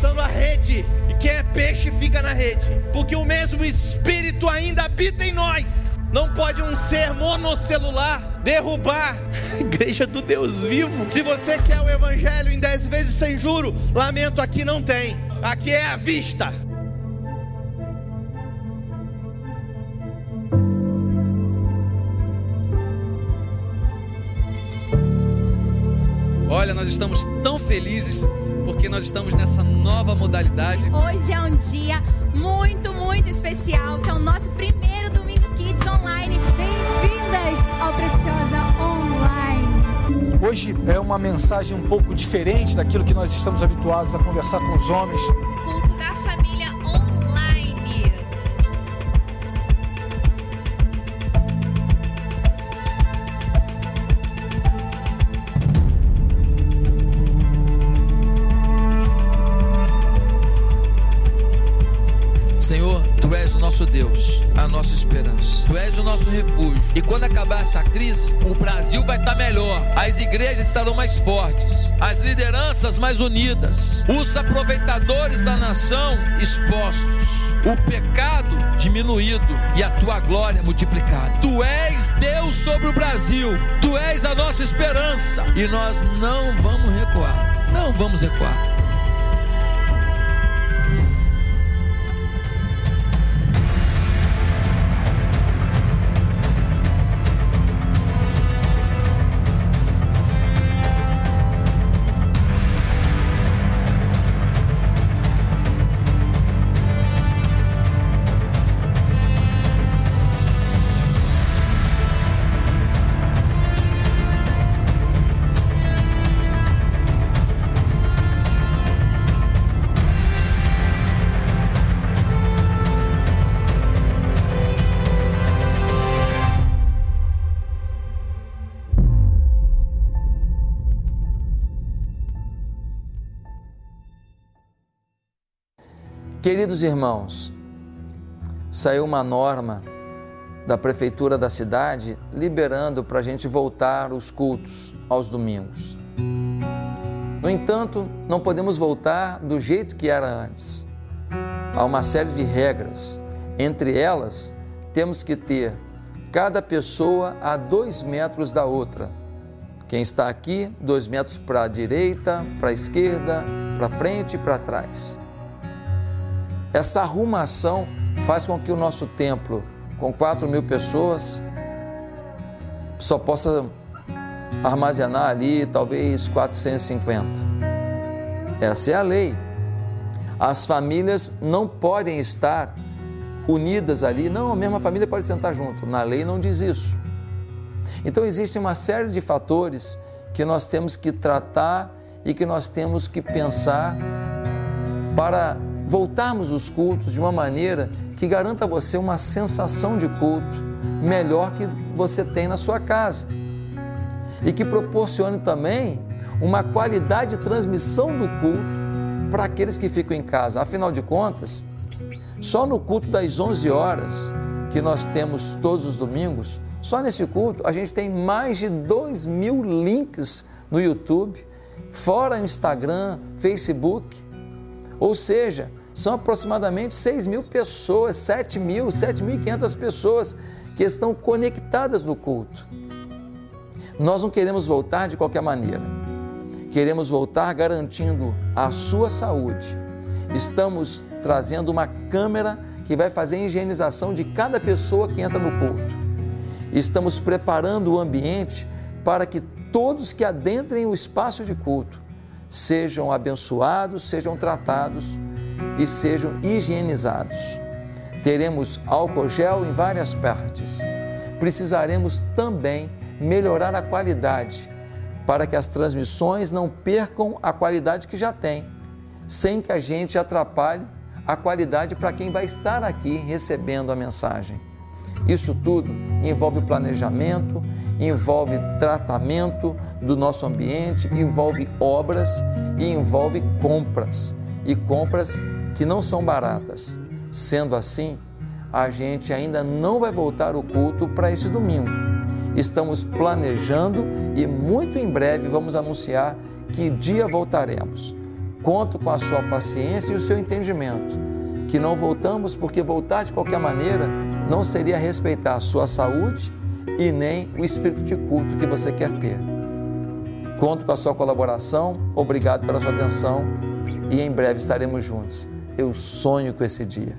lançando a rede. E quem é peixe fica na rede, porque o mesmo Espírito ainda habita em nós. Não pode um ser monocelular derrubar a igreja do Deus vivo. Se você quer o evangelho em 10 vezes sem juro, lamento, aqui não tem. Aqui é à vista. Olha, nós estamos tão felizes porque nós estamos nessa nova modalidade. Hoje é um dia muito, muito especial, que é o nosso primeiro Domingo Kids Online. Bem-vindas ao Preciosa Online. Hoje é uma mensagem um pouco diferente daquilo que nós estamos habituados a conversar com os homens. Culto da família online. Senhor, Tu és o nosso Deus, a nossa esperança. Tu és o nosso refúgio. E quando acabar essa crise, o Brasil vai estar melhor. As igrejas estarão mais fortes. As lideranças mais unidas. Os aproveitadores da nação expostos. O pecado diminuído e a Tua glória multiplicada. Tu és Deus sobre o Brasil. Tu és a nossa esperança. E nós não vamos recuar. Não vamos recuar. Queridos irmãos, saiu uma norma da prefeitura da cidade liberando para a gente voltar os cultos aos domingos. No entanto, não podemos voltar do jeito que era antes. Há uma série de regras. Entre elas, temos que ter cada pessoa a 2 metros da outra. Quem está aqui, 2 metros para a direita, para a esquerda, para frente e para trás. Essa arrumação faz com que o nosso templo, com 4.000 pessoas, só possa armazenar ali talvez 450. Essa é a lei. As famílias não podem estar unidas ali. Não, a mesma família pode sentar junto. Na lei não diz isso. Então existe uma série de fatores que nós temos que tratar e que nós temos que pensar para voltarmos os cultos de uma maneira que garanta a você uma sensação de culto melhor que você tem na sua casa e que proporcione também uma qualidade de transmissão do culto para aqueles que ficam em casa. Afinal de contas, só no culto das 11 horas que nós temos todos os domingos, só nesse culto a gente tem mais de 2.000 links no YouTube, fora Instagram, Facebook. Ou seja, são aproximadamente 6.000 pessoas, 7.500 pessoas que estão conectadas no culto. Nós não queremos voltar de qualquer maneira. Queremos voltar garantindo a sua saúde. Estamos trazendo uma câmera que vai fazer a higienização de cada pessoa que entra no culto. Estamos preparando o ambiente para que todos que adentrem o espaço de culto sejam abençoados, sejam tratados e sejam higienizados. Teremos álcool gel em várias partes. Precisaremos também melhorar a qualidade para que as transmissões não percam a qualidade que já tem, sem que a gente atrapalhe a qualidade para quem vai estar aqui recebendo a mensagem. Isso tudo envolve planejamento, envolve tratamento do nosso ambiente, envolve obras e envolve compras. E compras que não são baratas. Sendo assim, a gente ainda não vai voltar o culto para esse domingo. Estamos planejando e muito em breve vamos anunciar que dia voltaremos. Conto com a sua paciência e o seu entendimento, que não voltamos porque voltar de qualquer maneira não seria respeitar a sua saúde e nem o espírito de culto que você quer ter. Conto com a sua colaboração, obrigado pela sua atenção e em breve estaremos juntos. Eu sonho com esse dia.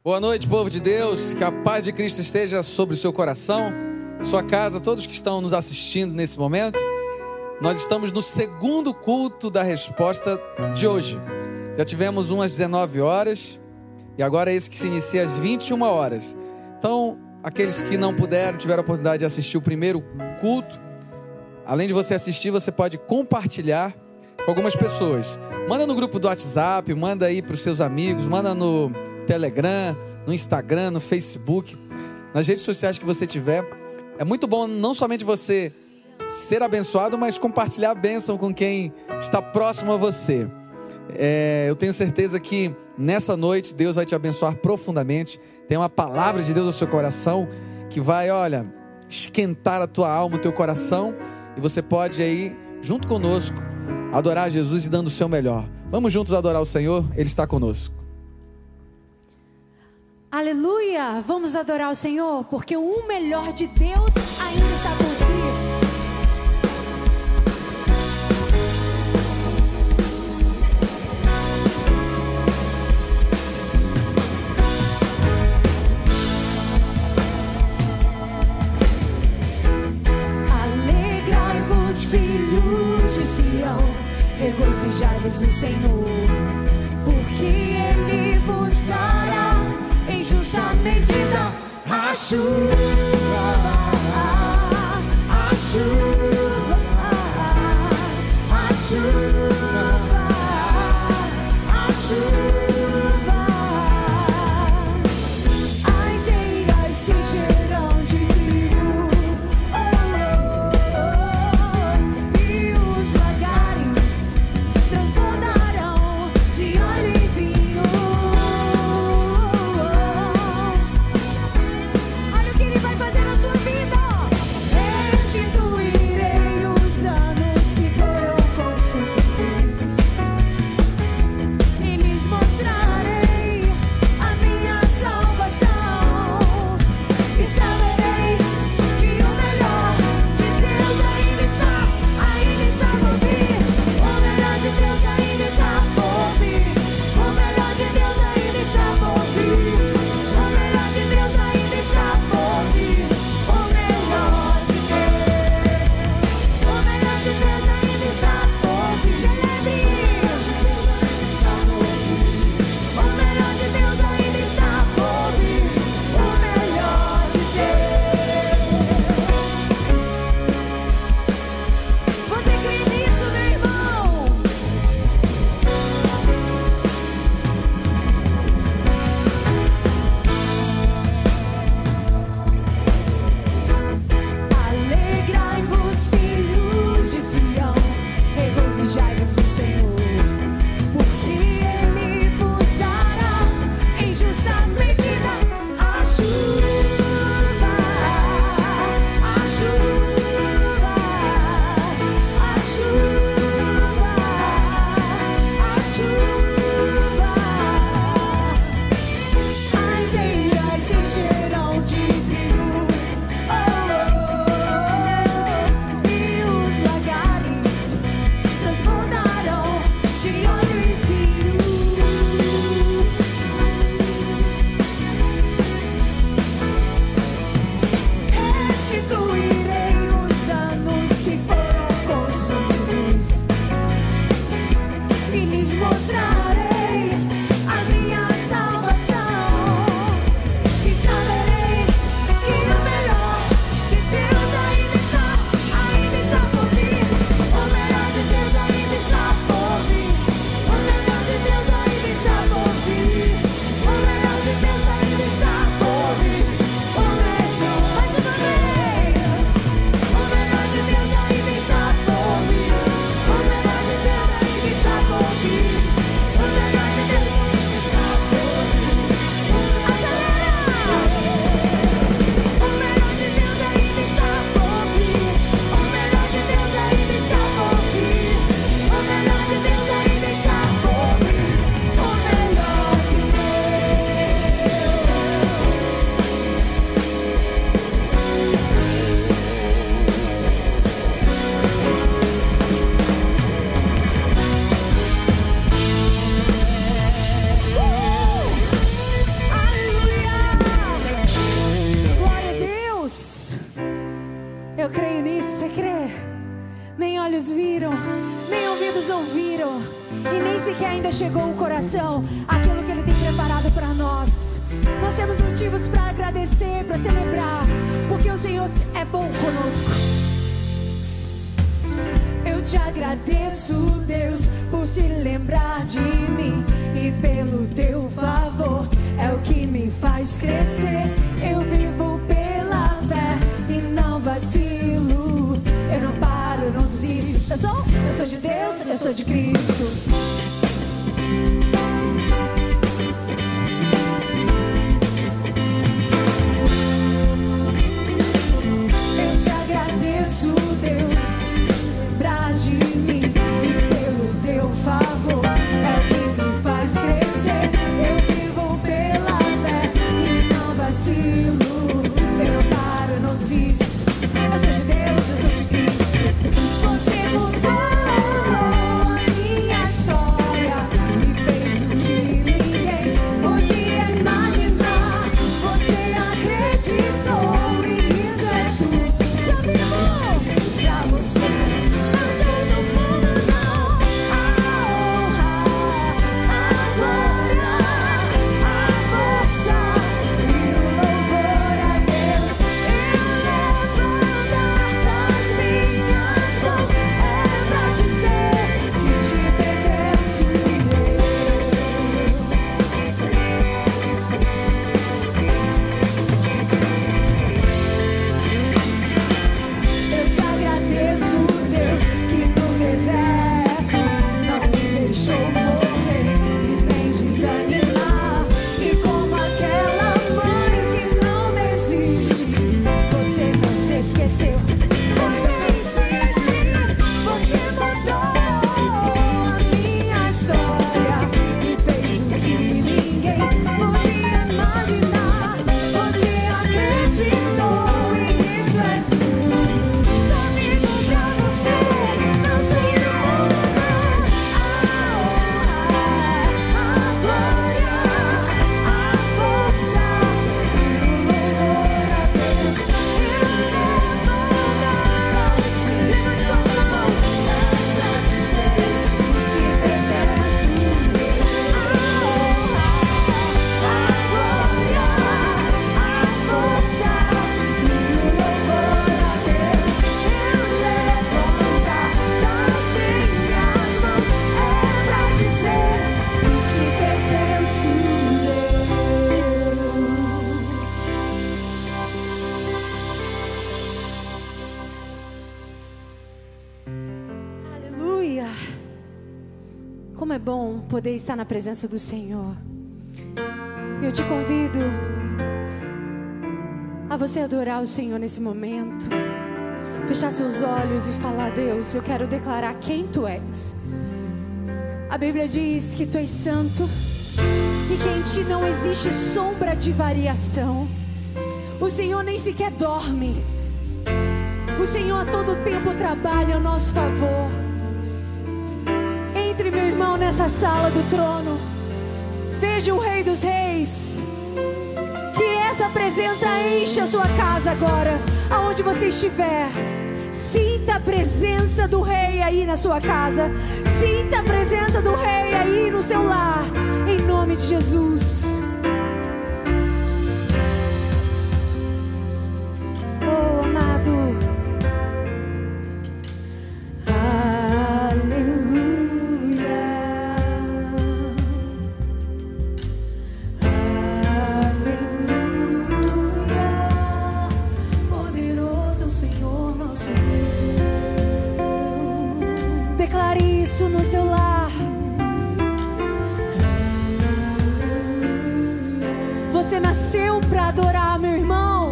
Boa noite, povo de Deus, que a paz de Cristo esteja sobre o seu coração, sua casa, todos que estão nos assistindo nesse momento. Nós estamos no segundo culto da resposta de hoje. Já tivemos umas 19 horas e agora é esse que se inicia às 21 horas. Então, aqueles que não puderam, tiveram a oportunidade de assistir o primeiro culto, além de você assistir, você pode compartilhar com algumas pessoas. Manda no grupo do WhatsApp, manda aí para os seus amigos, manda no Telegram, no Instagram, no Facebook, nas redes sociais que você tiver. É muito bom não somente você ser abençoado, mas compartilhar a bênção com quem está próximo a você. Eu tenho certeza que nessa noite Deus vai te abençoar profundamente. Tem uma palavra de Deus no seu coração que vai, esquentar a tua alma, o teu coração, e você pode aí, junto conosco, adorar Jesus e dando o seu melhor. Vamos juntos adorar o Senhor, Ele está conosco. Aleluia! Vamos adorar o Senhor, porque o melhor de Deus ainda está por vir. Alegrai-vos, filhos de Sião, regozijai-vos no Senhor, porque Ele vos dará em justa medida a chuva, a chuva, a chuva, a chuva. As eiras se encherão de trigo, e os lagares transbordarão de óleo e vinho. Olha o que Ele vai fazer na sua vida. Restituirei os anos que foram consumidos e lhes mostrarei a minha salvação. E sabereis que o melhor de Deus ainda está por vir. O melhor de Deus ainda está por vir. O melhor de Deus ainda está por vir. O melhor de Deus ainda está por vir. O melhor de Deus. O melhor de Deus ainda está por vir. O melhor de Deus ainda está por vir. O melhor de Deus. Você crê nisso, meu irmão? Alegrai-vos, filhos de Sião, regozijai-vos no Senhor, porque Ele vos dará em justa medida a chuva, a chuva, a chuva, a chuva. As eiras se encherão de trigo, e os lagares transbordarão de óleo e vinho. Restituirei os anos que foram consumidos e lhes mostrarei a minha salvação. E sabereis que o melhor de Deus ainda está por vir. O melhor de Deus ainda está por vir. O melhor de Deus ainda está por vir. O melhor de Deus ainda está por vir. O melhor, mais uma vez. O melhor de Deus ainda está por vir. O melhor de Deus ainda está por vir. ainda chegou o coração, aquilo que Ele tem preparado para nós. Nós temos motivos para agradecer, para celebrar, porque o Senhor é bom conosco. Eu te agradeço, Deus, por se lembrar de mim, e pelo teu favor é o que me faz crescer. Eu vivo pela fé e não vacilo. Eu não paro, eu não desisto. Eu sou de Deus, eu sou de Cristo. Eu te agradeço, Deus, lembrar de mim, e pelo teu favor é o que me faz crescer. Eu vivo pela fé e não vacilo. Eu não paro, eu não desisto. Eu sou de Deus, eu sou de Cristo. Você mudou a minha história e fez o que ninguém podia imaginar. Você acreditou e isso é tudo. Só vivo pra você. Não sou do mundo, não. A honra, a glória, a força e o louvor a Deus. Eu levanto nas minhas mãos é pra dizer que te pertenço, Eu te agradeço, Deus, que no deserto não me deixou morrer e nem desanimar. E como aquela mãe que não desiste, você não se esqueceu. Você insiste, você mudou a minha história e fez o que ninguém podia imaginar. Você acreditou e isso é tudo. Só vivo pra você, não sou do mundo, não. A glória, a força e o louvor a Deus. Eu levanto suas mãos pra dizer que te pertenço. A glória, a força e o louvor a Deus. Eu levanto das minhas mãos pra dizer que te pertenço, Deus. Aleluia! Como é bom poder estar na presença do Senhor. Eu te convido a você adorar o Senhor nesse momento. Fechar seus olhos e falar: Deus, eu quero declarar quem Tu és. A Bíblia diz que Tu és santo e que em Ti não existe sombra de variação. O Senhor nem sequer dorme. O Senhor a todo tempo trabalha ao nosso favor. Entre, meu irmão, nessa sala do trono. Veja o Rei dos Reis. Que essa presença enche a sua casa agora, aonde você estiver. Sinta a presença do Rei aí na sua casa. Sinta a presença do Rei aí no seu lar. Em nome de Jesus. Oh, amado. Declare isso no seu lar. Você nasceu para adorar, meu irmão.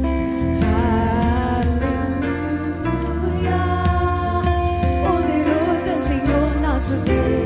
Aleluia. Poderoso é o Senhor nosso Deus.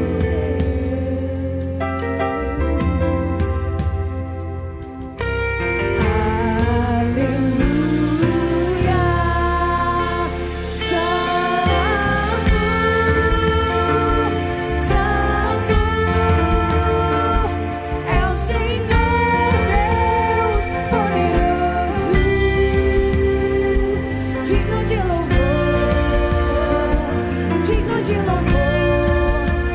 Digno de louvor,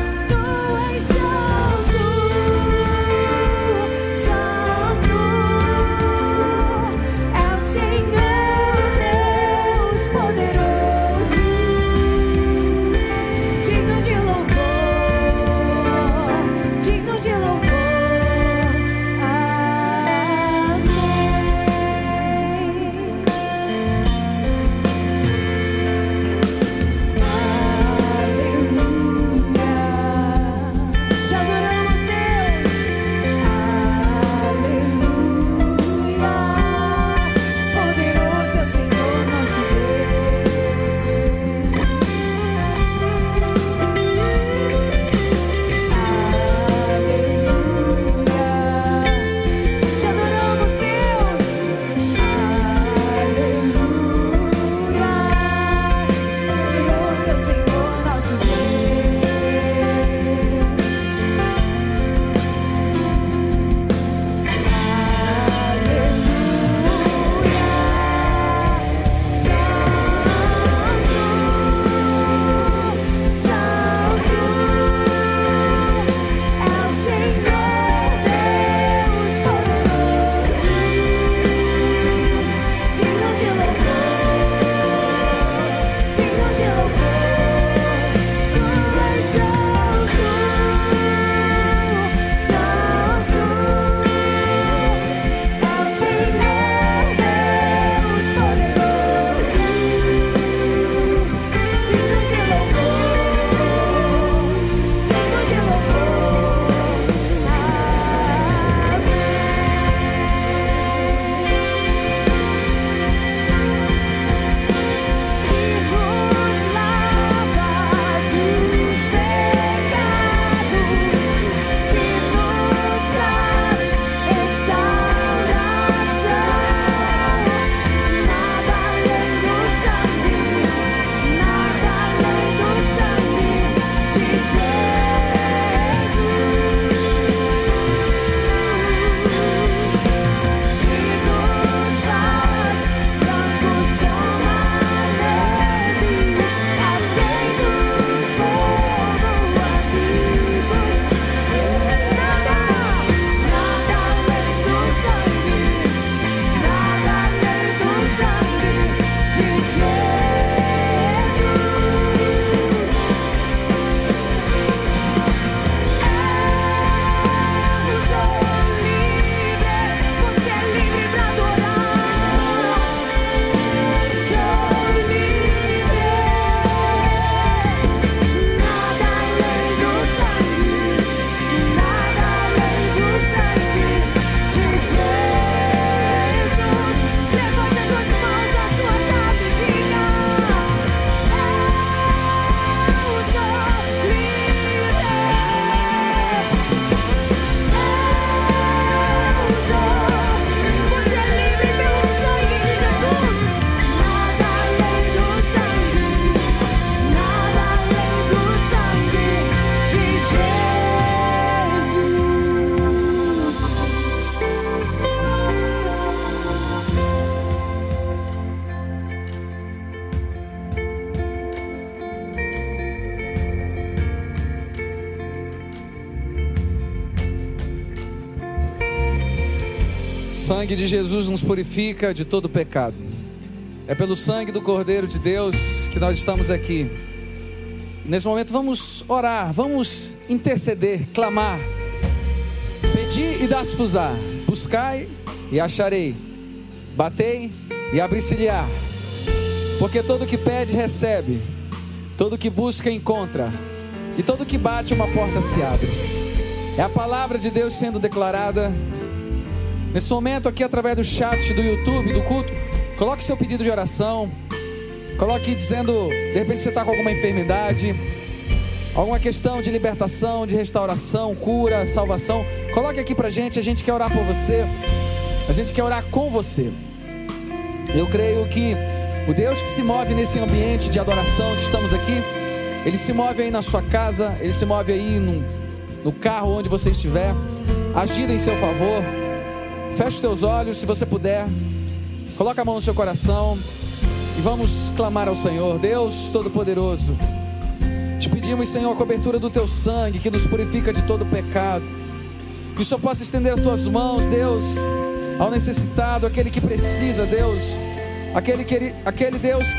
sangue de Jesus nos purifica de todo pecado. É pelo sangue do Cordeiro de Deus que nós estamos aqui. Nesse momento vamos orar, vamos interceder, clamar. Pedi e dá-se-vos-á. Buscai e acharei. Batei e abri-se-lhe-á. Porque todo que pede recebe, todo que busca encontra, e todo que bate uma porta se abre. É a palavra de Deus sendo declarada nesse momento aqui através do chat do YouTube, do culto. Coloque seu pedido de oração. Coloque dizendo, de repente você está com alguma enfermidade, alguma questão de libertação, de restauração, cura, salvação. Coloque aqui pra gente, a gente quer orar por você. A gente quer orar com você. Eu creio que o Deus que se move nesse ambiente de adoração que estamos aqui, Ele se move aí na sua casa, Ele se move aí no carro onde você estiver, agindo em seu favor. Feche os teus olhos, se você puder. Coloca a mão no seu coração e vamos clamar ao Senhor. Deus Todo-Poderoso, te pedimos, Senhor, a cobertura do Teu sangue que nos purifica de todo pecado. Que o Senhor possa estender as Tuas mãos, Deus, ao necessitado, aquele que precisa, Deus. Aquele Deus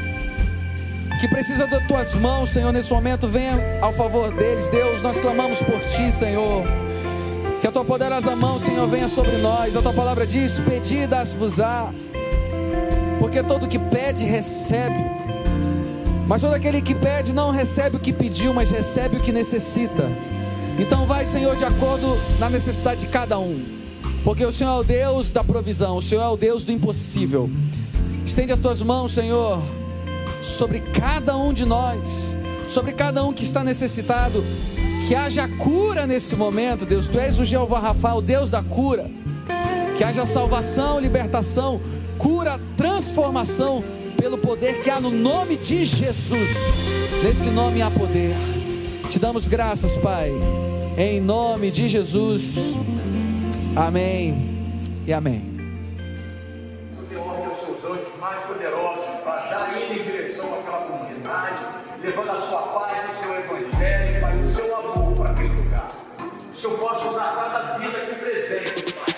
que precisa das Tuas mãos, Senhor, nesse momento. Venha ao favor deles, Deus. Nós clamamos por Ti, Senhor. Que a Tua poderosa mão, Senhor, venha sobre nós. A Tua palavra diz, pedi e dá-se-vos-á. Porque todo que pede, recebe. Mas todo aquele que pede não recebe o que pediu, mas recebe o que necessita. Então vai, Senhor, de acordo na necessidade de cada um. Porque o Senhor é o Deus da provisão, o Senhor é o Deus do impossível. Estende as Tuas mãos, Senhor, sobre cada um de nós, sobre cada um que está necessitado. Que haja cura nesse momento, Deus. Tu és o Jeová Rafa, o Deus da cura. Que haja salvação, libertação, cura, transformação, pelo poder que há no nome de Jesus. Nesse nome há poder. Te damos graças, Pai, em nome de Jesus. Amém e amém. Ordem aos seus anjos mais poderosos para já irem em direção àquela comunidade, levando a sua paz, o seu evangelho, Pai, o seu amor para aquele lugar. O Senhor possa usar cada vida aqui presente, Pai.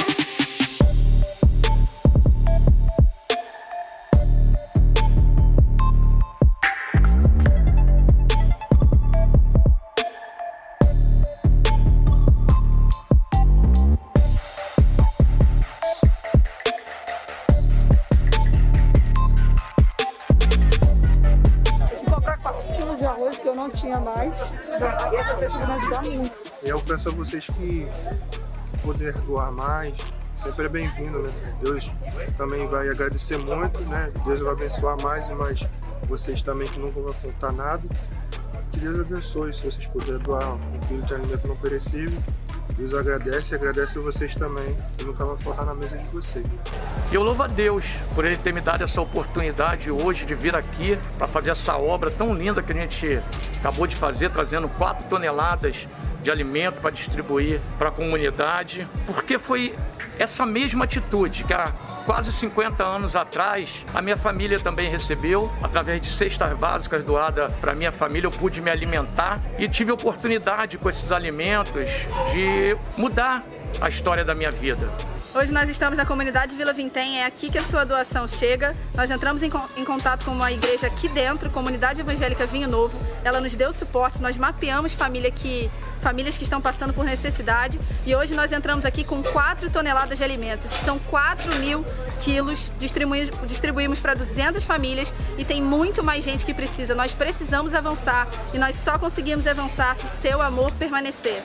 Que eu não tinha mais, e essa cesta vai me ajudar muito. Eu peço a vocês que poder doar mais, sempre é bem-vindo, né? Deus também vai agradecer muito, né? Deus vai abençoar mais e mais vocês também que nunca vão faltar nada. Que Deus abençoe, se vocês puderem doar um quilo de alimento não perecível. Deus agradece e agradece a vocês também, que nunca vai faltar na mesa de vocês. Eu louvo a Deus por Ele ter me dado essa oportunidade hoje de vir aqui para fazer essa obra tão linda que a gente acabou de fazer, trazendo 4 toneladas de alimento para distribuir para a comunidade, porque foi essa mesma atitude que há quase 50 anos atrás a minha família também recebeu. Através de cestas básicas doadas para a minha família, eu pude me alimentar e tive a oportunidade com esses alimentos de mudar a história da minha vida. Hoje nós estamos na comunidade Vila Vintém, é aqui que a sua doação chega. Nós entramos em contato com uma igreja aqui dentro, Comunidade Evangélica Vinho Novo. Ela nos deu suporte, nós mapeamos famílias que estão passando por necessidade. E hoje nós entramos aqui com 4 toneladas de alimentos. São 4.000 quilos, distribuímos para 200 famílias e tem muito mais gente que precisa. Nós precisamos avançar e nós só conseguimos avançar se o seu amor permanecer.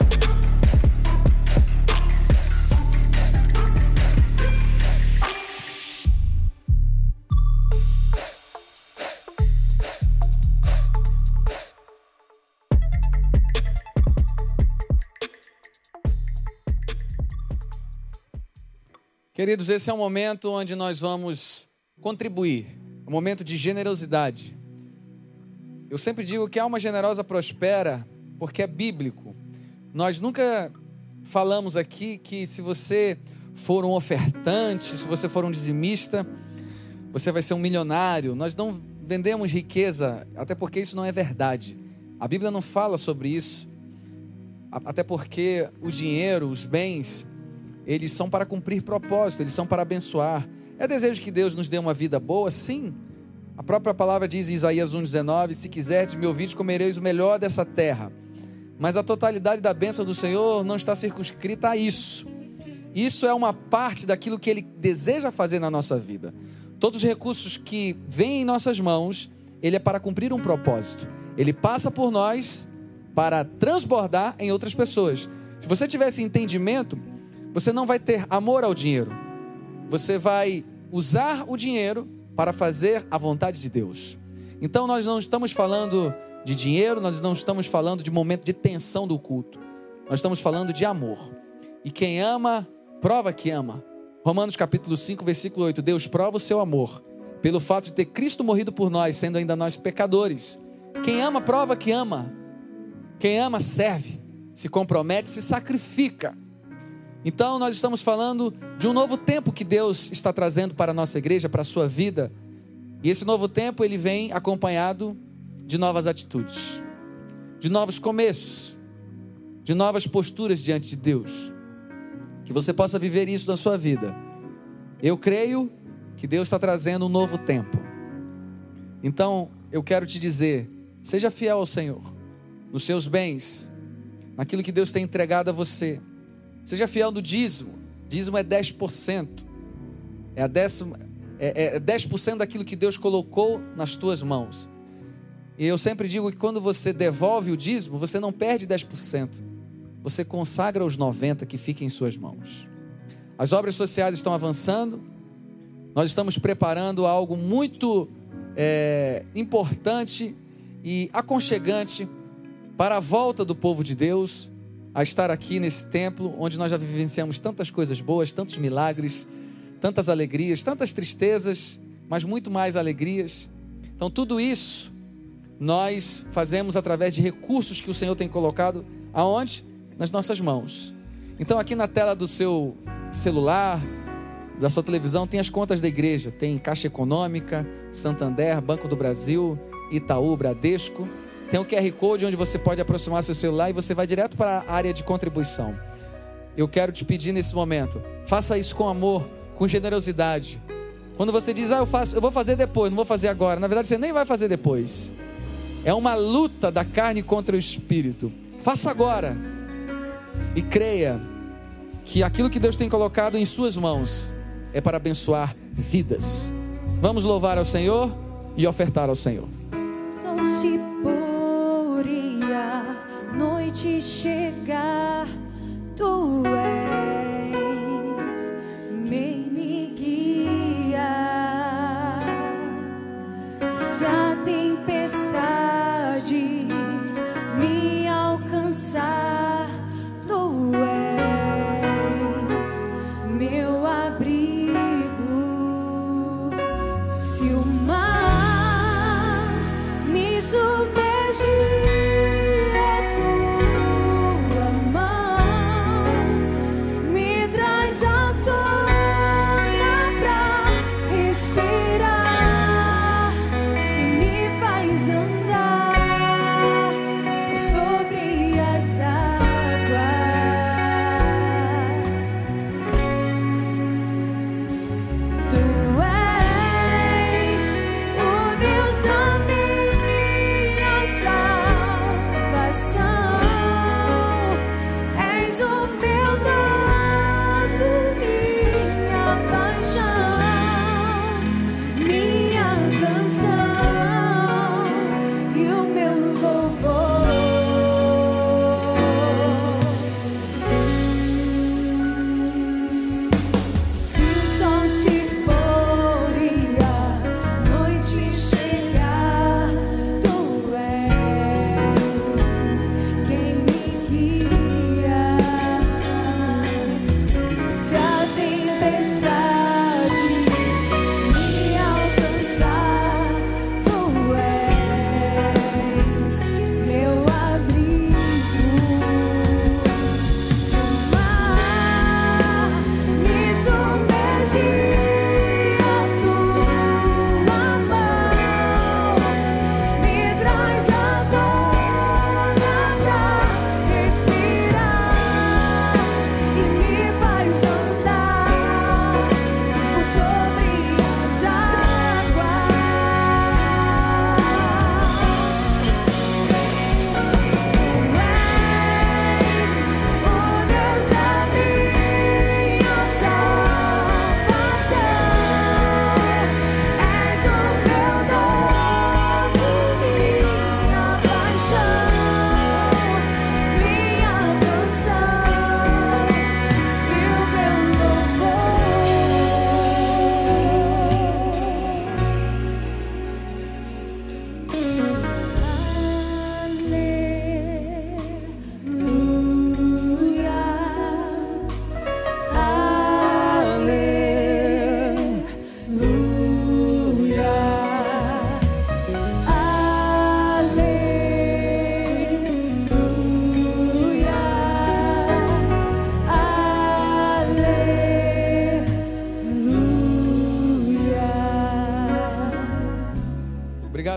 Queridos, esse é um momento onde nós vamos contribuir, um momento de generosidade. Eu sempre digo que a alma generosa prospera porque é bíblico. Nós nunca falamos aqui que se você for um ofertante, se você for um dizimista, você vai ser um milionário. Nós não vendemos riqueza, até porque isso não é verdade. A Bíblia não fala sobre isso, até porque o dinheiro, os bens, eles são para cumprir propósito, eles são para abençoar. É desejo que Deus nos dê uma vida boa? Sim. A própria palavra diz em Isaías 1,19: se quiserdes me ouvir, comereis o melhor dessa terra. Mas a totalidade da bênção do Senhor não está circunscrita a isso. Isso é uma parte daquilo que Ele deseja fazer na nossa vida. Todos os recursos que vêm em nossas mãos, Ele é para cumprir um propósito. Ele passa por nós para transbordar em outras pessoas. Se você tiver esse entendimento, você não vai ter amor ao dinheiro. Você vai usar o dinheiro para fazer a vontade de Deus. Então nós não estamos falando de dinheiro, nós não estamos falando de momento de tensão do culto. Nós estamos falando de amor. E quem ama, prova que ama. Romanos capítulo 5, versículo 8. Deus prova o seu amor pelo fato de ter Cristo morrido por nós, sendo ainda nós pecadores. Quem ama, prova que ama. Quem ama, serve, se compromete, se sacrifica. Então nós estamos falando de um novo tempo que Deus está trazendo para a nossa igreja, para a sua vida. E esse novo tempo, ele vem acompanhado de novas atitudes, de novos começos, de novas posturas diante de Deus. Que você possa viver isso na sua vida. Eu creio que Deus está trazendo um novo tempo. Então eu quero te dizer, seja fiel ao Senhor, nos seus bens, naquilo que Deus tem entregado a você. Seja fiel no dízimo. Dízimo é 10%. É 10% daquilo que Deus colocou nas tuas mãos. E eu sempre digo que quando você devolve o dízimo, você não perde 10%. Você consagra os 90% que ficam em suas mãos. As obras sociais estão avançando. Nós estamos preparando algo muito importante e aconchegante para a volta do povo de Deus a estar aqui nesse templo, onde nós já vivenciamos tantas coisas boas, tantos milagres, tantas alegrias, tantas tristezas, mas muito mais alegrias. Então tudo isso nós fazemos através de recursos que o Senhor tem colocado aonde? Nas nossas mãos. Então aqui na tela do seu celular, da sua televisão, tem as contas da igreja. Tem Caixa Econômica, Santander, Banco do Brasil, Itaú, Bradesco. Tem o QR Code onde você pode aproximar seu celular e você vai direto para a área de contribuição. Eu quero te pedir nesse momento, faça isso com amor, com generosidade. Quando você diz, eu vou fazer depois, não vou fazer agora. Na verdade, você nem vai fazer depois. É uma luta da carne contra o espírito. Faça agora. E creia que aquilo que Deus tem colocado em suas mãos é para abençoar vidas. Vamos louvar ao Senhor e ofertar ao Senhor. Se por a noite chegar, tu és me guia. Se a tempestade me alcançar, tu és meu abrigo. Se o mar me submergir, é tua mão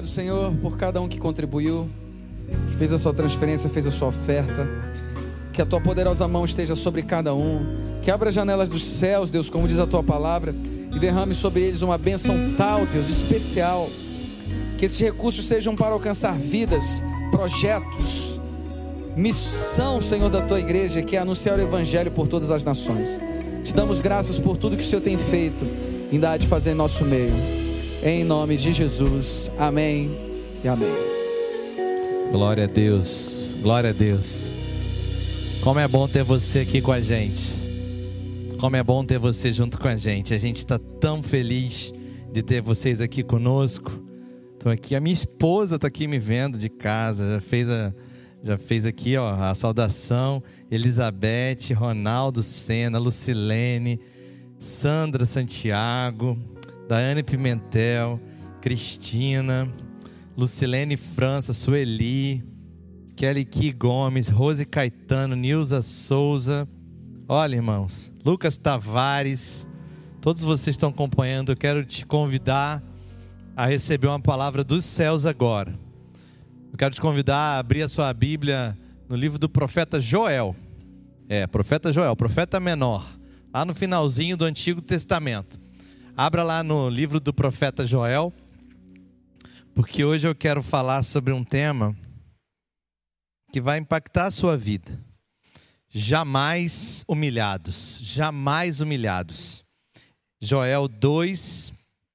Obrigado, Senhor, por cada um que contribuiu, que fez a sua transferência, fez a sua oferta. Que a tua poderosa mão esteja sobre cada um. Que abra as janelas dos céus, Deus, como diz a tua palavra, e derrame sobre eles uma bênção tal, Deus, especial. Que esses recursos sejam para alcançar vidas, projetos, missão, Senhor, da tua igreja, que é anunciar o evangelho por todas as nações. Te damos graças por tudo que o Senhor tem feito e ainda há de fazer em nosso meio. Em nome de Jesus. Amém e amém. Glória a Deus. Glória a Deus. Como é bom ter você aqui com a gente. Como é bom ter você junto com a gente. A gente está tão feliz de ter vocês aqui conosco. Estou aqui, a minha esposa está aqui me vendo de casa. Já fez aqui, ó, a saudação. Elizabeth, Ronaldo Sena, Lucilene, Sandra Santiago, Daiane Pimentel, Cristina, Lucilene França, Sueli, Kelly Ki Gomes, Rose Caetano, Nilza Souza. Olha, irmãos, Lucas Tavares, todos vocês estão acompanhando. Eu quero te convidar a receber uma palavra dos céus agora. Eu quero te convidar a abrir a sua Bíblia no livro do profeta Joel. Profeta Joel, profeta menor, lá no finalzinho do Antigo Testamento. Abra lá no livro do profeta Joel, porque hoje eu quero falar sobre um tema que vai impactar a sua vida. Jamais humilhados, jamais humilhados. Joel 2,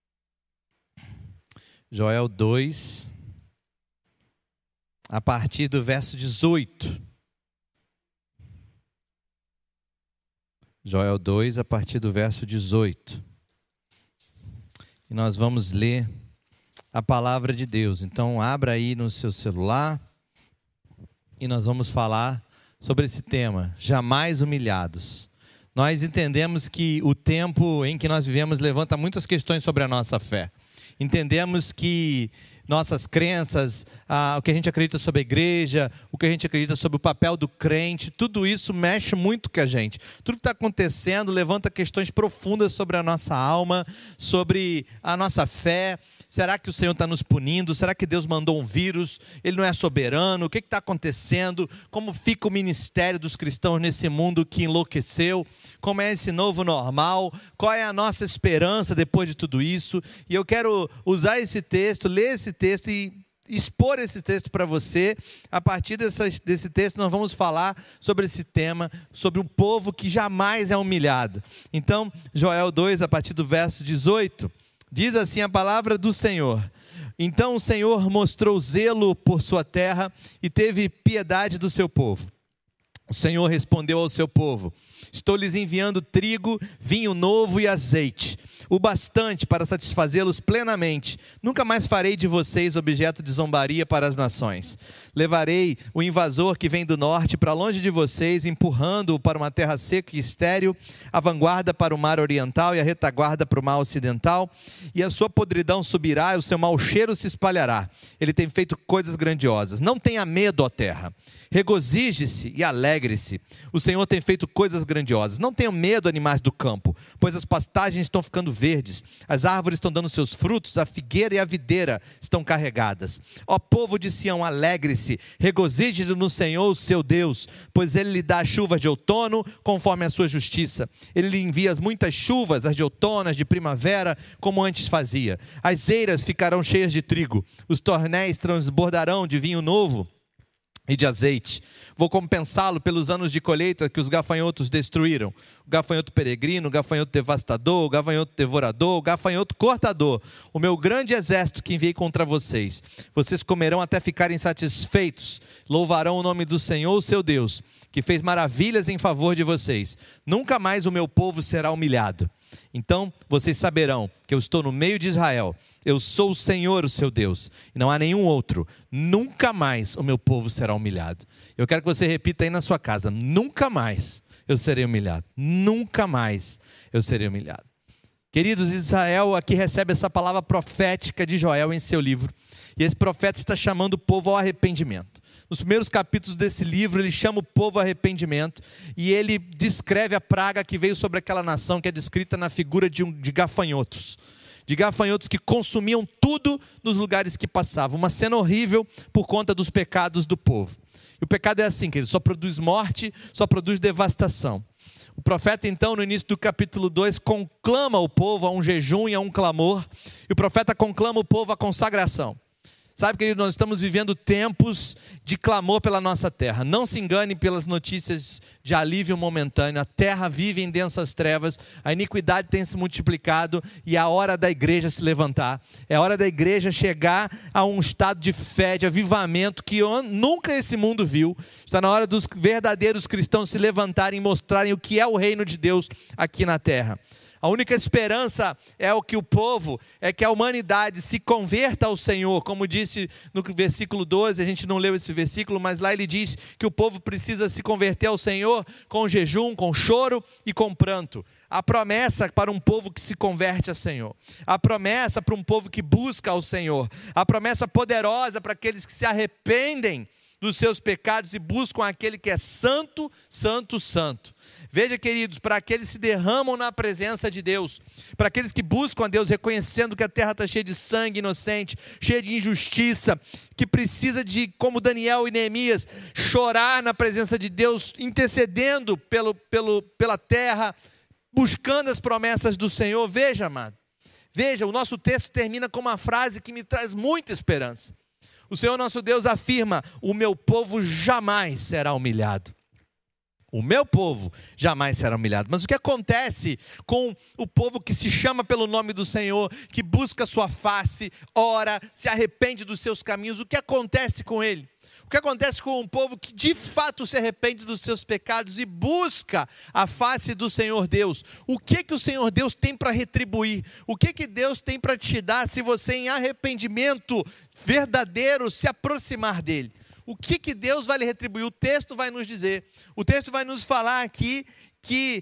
a partir do verso 18. Joel 2, a partir do verso 18. E nós vamos ler a palavra de Deus. Então abra aí no seu celular e nós vamos falar sobre esse tema, jamais humilhados. Nós entendemos que o tempo em que nós vivemos levanta muitas questões sobre a nossa fé. Entendemos que nossas crenças, o que a gente acredita sobre a igreja, o que a gente acredita sobre o papel do crente, tudo isso mexe muito com a gente. Tudo que está acontecendo levanta questões profundas sobre a nossa alma, sobre a nossa fé. Será que o Senhor está nos punindo? Será que Deus mandou um vírus? Ele não é soberano? O que está acontecendo? Como fica o ministério dos cristãos nesse mundo que enlouqueceu? Como é esse novo normal? Qual é a nossa esperança depois de tudo isso? E eu quero usar esse texto, ler esse texto e expor esse texto para você. A partir desse texto nós vamos falar sobre esse tema, sobre um povo que jamais é humilhado. Então, Joel 2, a partir do verso 18, diz assim a palavra do Senhor: Então o Senhor mostrou zelo por sua terra e teve piedade do seu povo. O Senhor respondeu ao seu povo: Estou lhes enviando trigo, vinho novo e azeite, o bastante para satisfazê-los plenamente. Nunca mais farei de vocês objeto de zombaria para as nações. Levarei o invasor que vem do norte para longe de vocês, empurrando-o para uma terra seca e estéril, a vanguarda para o mar oriental e a retaguarda para o mar ocidental. E a sua podridão subirá e o seu mau cheiro se espalhará. Ele tem feito coisas grandiosas. Não tenha medo, ó terra. Regozije-se e alegre-se. O Senhor tem feito coisas grandiosas. Não tenham medo, animais do campo, pois as pastagens estão ficando verdes, as árvores estão dando seus frutos, a figueira e a videira estão carregadas. Ó povo de Sião, alegre-se, regozije no Senhor, o seu Deus, pois Ele lhe dá chuvas de outono, conforme a sua justiça. Ele lhe envia muitas chuvas, as de outono, as de primavera, como antes fazia. As eiras ficarão cheias de trigo, os tornéis transbordarão de vinho novo e de azeite. Vou compensá-lo pelos anos de colheita que os gafanhotos destruíram. O gafanhoto peregrino, o gafanhoto devastador, o gafanhoto devorador, o gafanhoto cortador. O meu grande exército que enviei contra vocês. Vocês comerão até ficarem satisfeitos. Louvarão o nome do Senhor, o seu Deus, que fez maravilhas em favor de vocês. Nunca mais o meu povo será humilhado. Então vocês saberão que eu estou no meio de Israel. Eu sou o Senhor, o seu Deus, e não há nenhum outro. Nunca mais o meu povo será humilhado. Eu quero que você repita aí na sua casa: nunca mais eu serei humilhado. Nunca mais eu serei humilhado. Queridos, Israel aqui recebe essa palavra profética de Joel em seu livro. E esse profeta está chamando o povo ao arrependimento. Nos primeiros capítulos desse livro, ele chama o povo ao arrependimento. E ele descreve a praga que veio sobre aquela nação, que é descrita na figura de gafanhotos. de gafanhotos que consumiam tudo nos lugares que passavam. Uma cena horrível por conta dos pecados do povo. E o pecado é assim, querido, só produz morte, só produz devastação. O profeta, então, no início do capítulo 2, conclama o povo a um jejum e a um clamor. E o profeta conclama o povo à consagração. Sabe, querido, nós estamos vivendo tempos de clamor pela nossa terra. Não se engane pelas notícias de alívio momentâneo. A terra vive em densas trevas, a iniquidade tem se multiplicado e é a hora da igreja se levantar. É a hora da igreja chegar a um estado de fé, de avivamento que nunca esse mundo viu. Está na hora dos verdadeiros cristãos se levantarem e mostrarem o que é o reino de Deus aqui na terra. A única esperança é o que o povo, é que a humanidade se converta ao Senhor. Como disse no versículo 12, a gente não leu esse versículo, mas lá ele diz que o povo precisa se converter ao Senhor com jejum, com choro e com pranto. A promessa para um povo que se converte ao Senhor. A promessa para um povo que busca ao Senhor. A promessa poderosa para aqueles que se arrependem dos seus pecados e buscam aquele que é santo, santo, santo. Veja, queridos, para aqueles que se derramam na presença de Deus, para aqueles que buscam a Deus, reconhecendo que a terra está cheia de sangue inocente, cheia de injustiça, que precisa de, como Daniel e Neemias, chorar na presença de Deus, intercedendo pela terra, buscando as promessas do Senhor. Veja, amado, veja, o nosso texto termina com uma frase que me traz muita esperança. O Senhor nosso Deus afirma: o meu povo jamais será humilhado. O meu povo jamais será humilhado. Mas o que acontece com o povo que se chama pelo nome do Senhor, que busca a sua face, ora, se arrepende dos seus caminhos? O que acontece com ele? O que acontece com um povo que de fato se arrepende dos seus pecados e busca a face do Senhor Deus? O que o Senhor Deus tem para retribuir? O que Deus tem para te dar se você, em arrependimento verdadeiro, se aproximar dele? O que Deus vai lhe retribuir? O texto vai nos dizer, o texto vai nos falar aqui que,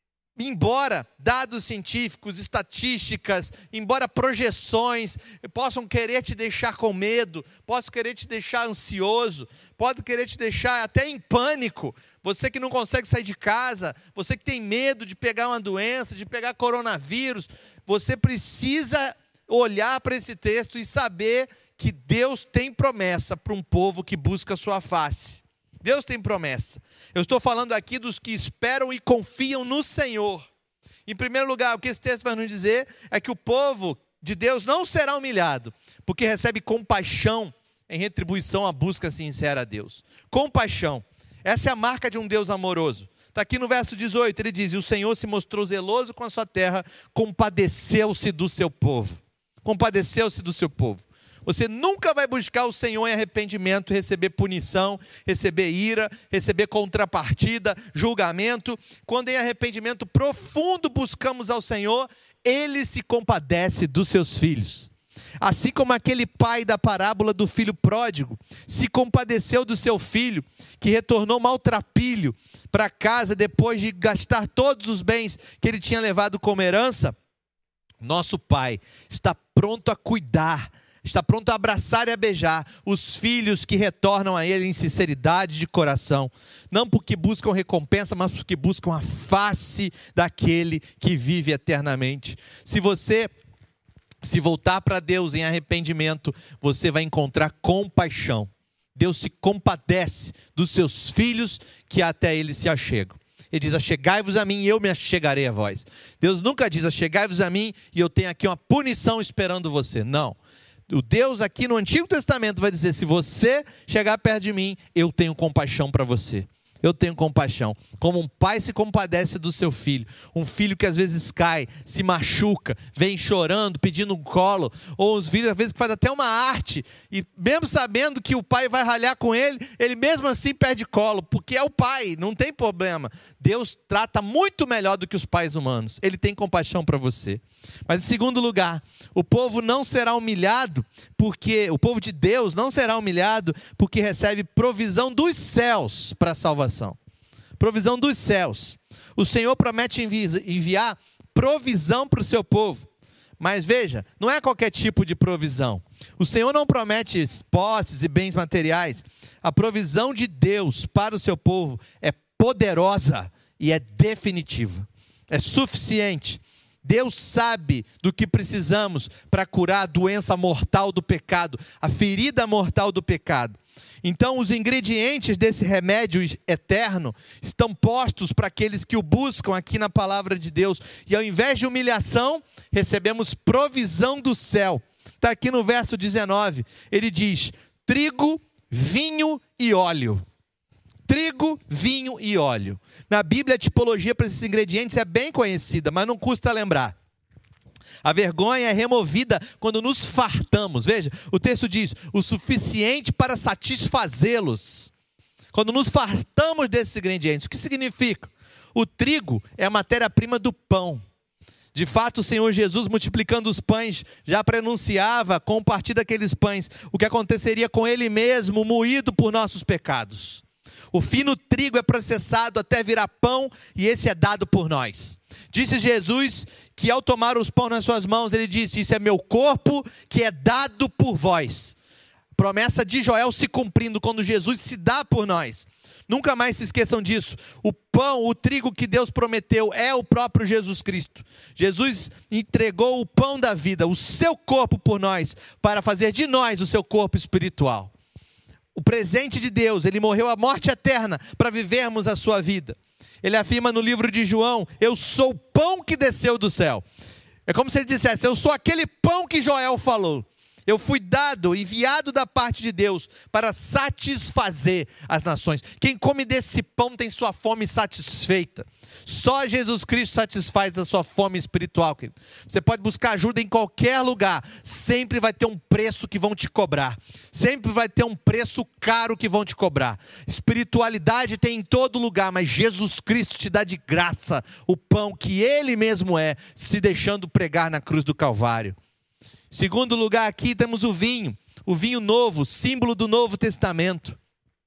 embora dados científicos, estatísticas, embora projeções possam querer te deixar com medo, possam querer te deixar ansioso, podem querer te deixar até em pânico, você que não consegue sair de casa, você que tem medo de pegar uma doença, de pegar coronavírus, você precisa olhar para esse texto e saber que Deus tem promessa para um povo que busca a sua face. Deus tem promessa. Eu estou falando aqui dos que esperam e confiam no Senhor. Em primeiro lugar, o que esse texto vai nos dizer é que o povo de Deus não será humilhado, porque recebe compaixão em retribuição à busca sincera a Deus. Compaixão. Essa é a marca de um Deus amoroso. Está aqui no verso 18, ele diz: e o Senhor se mostrou zeloso com a sua terra, compadeceu-se do seu povo. Compadeceu-se do seu povo. Você nunca vai buscar o Senhor em arrependimento, receber punição, receber ira, receber contrapartida, julgamento. Quando em arrependimento profundo buscamos ao Senhor, Ele se compadece dos seus filhos. Assim como aquele pai da parábola do filho pródigo se compadeceu do seu filho, que retornou maltrapilho para casa depois de gastar todos os bens que ele tinha levado como herança, nosso Pai está pronto a cuidar, está pronto a abraçar e a beijar os filhos que retornam a Ele em sinceridade de coração. Não porque buscam recompensa, mas porque buscam a face daquele que vive eternamente. Se você se voltar para Deus em arrependimento, você vai encontrar compaixão. Deus se compadece dos seus filhos que até Ele se achegam. Ele diz: achegai-vos a mim e eu me achegarei a vós. Deus nunca diz: achegai-vos a mim e eu tenho aqui uma punição esperando você. Não. O Deus aqui no Antigo Testamento vai dizer: se você chegar perto de mim, eu tenho compaixão para você. Eu tenho compaixão. Como um pai se compadece do seu filho. Um filho que às vezes cai, se machuca, vem chorando, pedindo um colo. Ou os filhos às vezes que faz até uma arte. E mesmo sabendo que o pai vai ralhar com ele, ele mesmo assim pede colo. Porque é o pai, não tem problema. Deus trata muito melhor do que os pais humanos. Ele tem compaixão para você. Mas em segundo lugar, o povo não será humilhado, porque o povo de Deus não será humilhado, porque recebe provisão dos céus para a salvação. Provisão dos céus. O Senhor promete enviar provisão para o seu povo. Mas veja, não é qualquer tipo de provisão. O Senhor não promete posses e bens materiais. A provisão de Deus para o seu povo é poderosa e é definitiva. É suficiente. Deus sabe do que precisamos para curar a doença mortal do pecado, a ferida mortal do pecado. Então, os ingredientes desse remédio eterno estão postos para aqueles que o buscam aqui na palavra de Deus. E ao invés de humilhação, recebemos provisão do céu. Está aqui no verso 19, ele diz: trigo, vinho e óleo. Trigo, vinho e óleo. Na Bíblia, a tipologia para esses ingredientes é bem conhecida, mas não custa lembrar. A vergonha é removida quando nos fartamos. Veja, o texto diz: o suficiente para satisfazê-los. Quando nos fartamos desses ingredientes, o que significa? O trigo é a matéria-prima do pão. De fato, o Senhor Jesus, multiplicando os pães, já prenunciava, com o partir daqueles pães, o que aconteceria com Ele mesmo, moído por nossos pecados. O fino trigo é processado até virar pão, e esse é dado por nós. Disse Jesus que ao tomar os pães nas suas mãos, ele disse: isso é meu corpo que é dado por vós. Promessa de Joel se cumprindo quando Jesus se dá por nós. Nunca mais se esqueçam disso. O pão, o trigo que Deus prometeu é o próprio Jesus Cristo. Jesus entregou o pão da vida, o seu corpo por nós, para fazer de nós o seu corpo espiritual. O presente de Deus, ele morreu a morte eterna para vivermos a sua vida. Ele afirma no livro de João: eu sou o pão que desceu do céu. É como se ele dissesse: eu sou aquele pão que Joel falou. Eu fui dado, enviado da parte de Deus para satisfazer as nações. Quem come desse pão tem sua fome satisfeita. Só Jesus Cristo satisfaz a sua fome espiritual, querido. Você pode buscar ajuda em qualquer lugar. Sempre vai ter um preço que vão te cobrar. Sempre vai ter um preço caro que vão te cobrar. Espiritualidade tem em todo lugar, mas Jesus Cristo te dá de graça o pão que Ele mesmo é, se deixando pregar na cruz do Calvário. Segundo lugar, aqui temos o vinho novo, símbolo do Novo Testamento.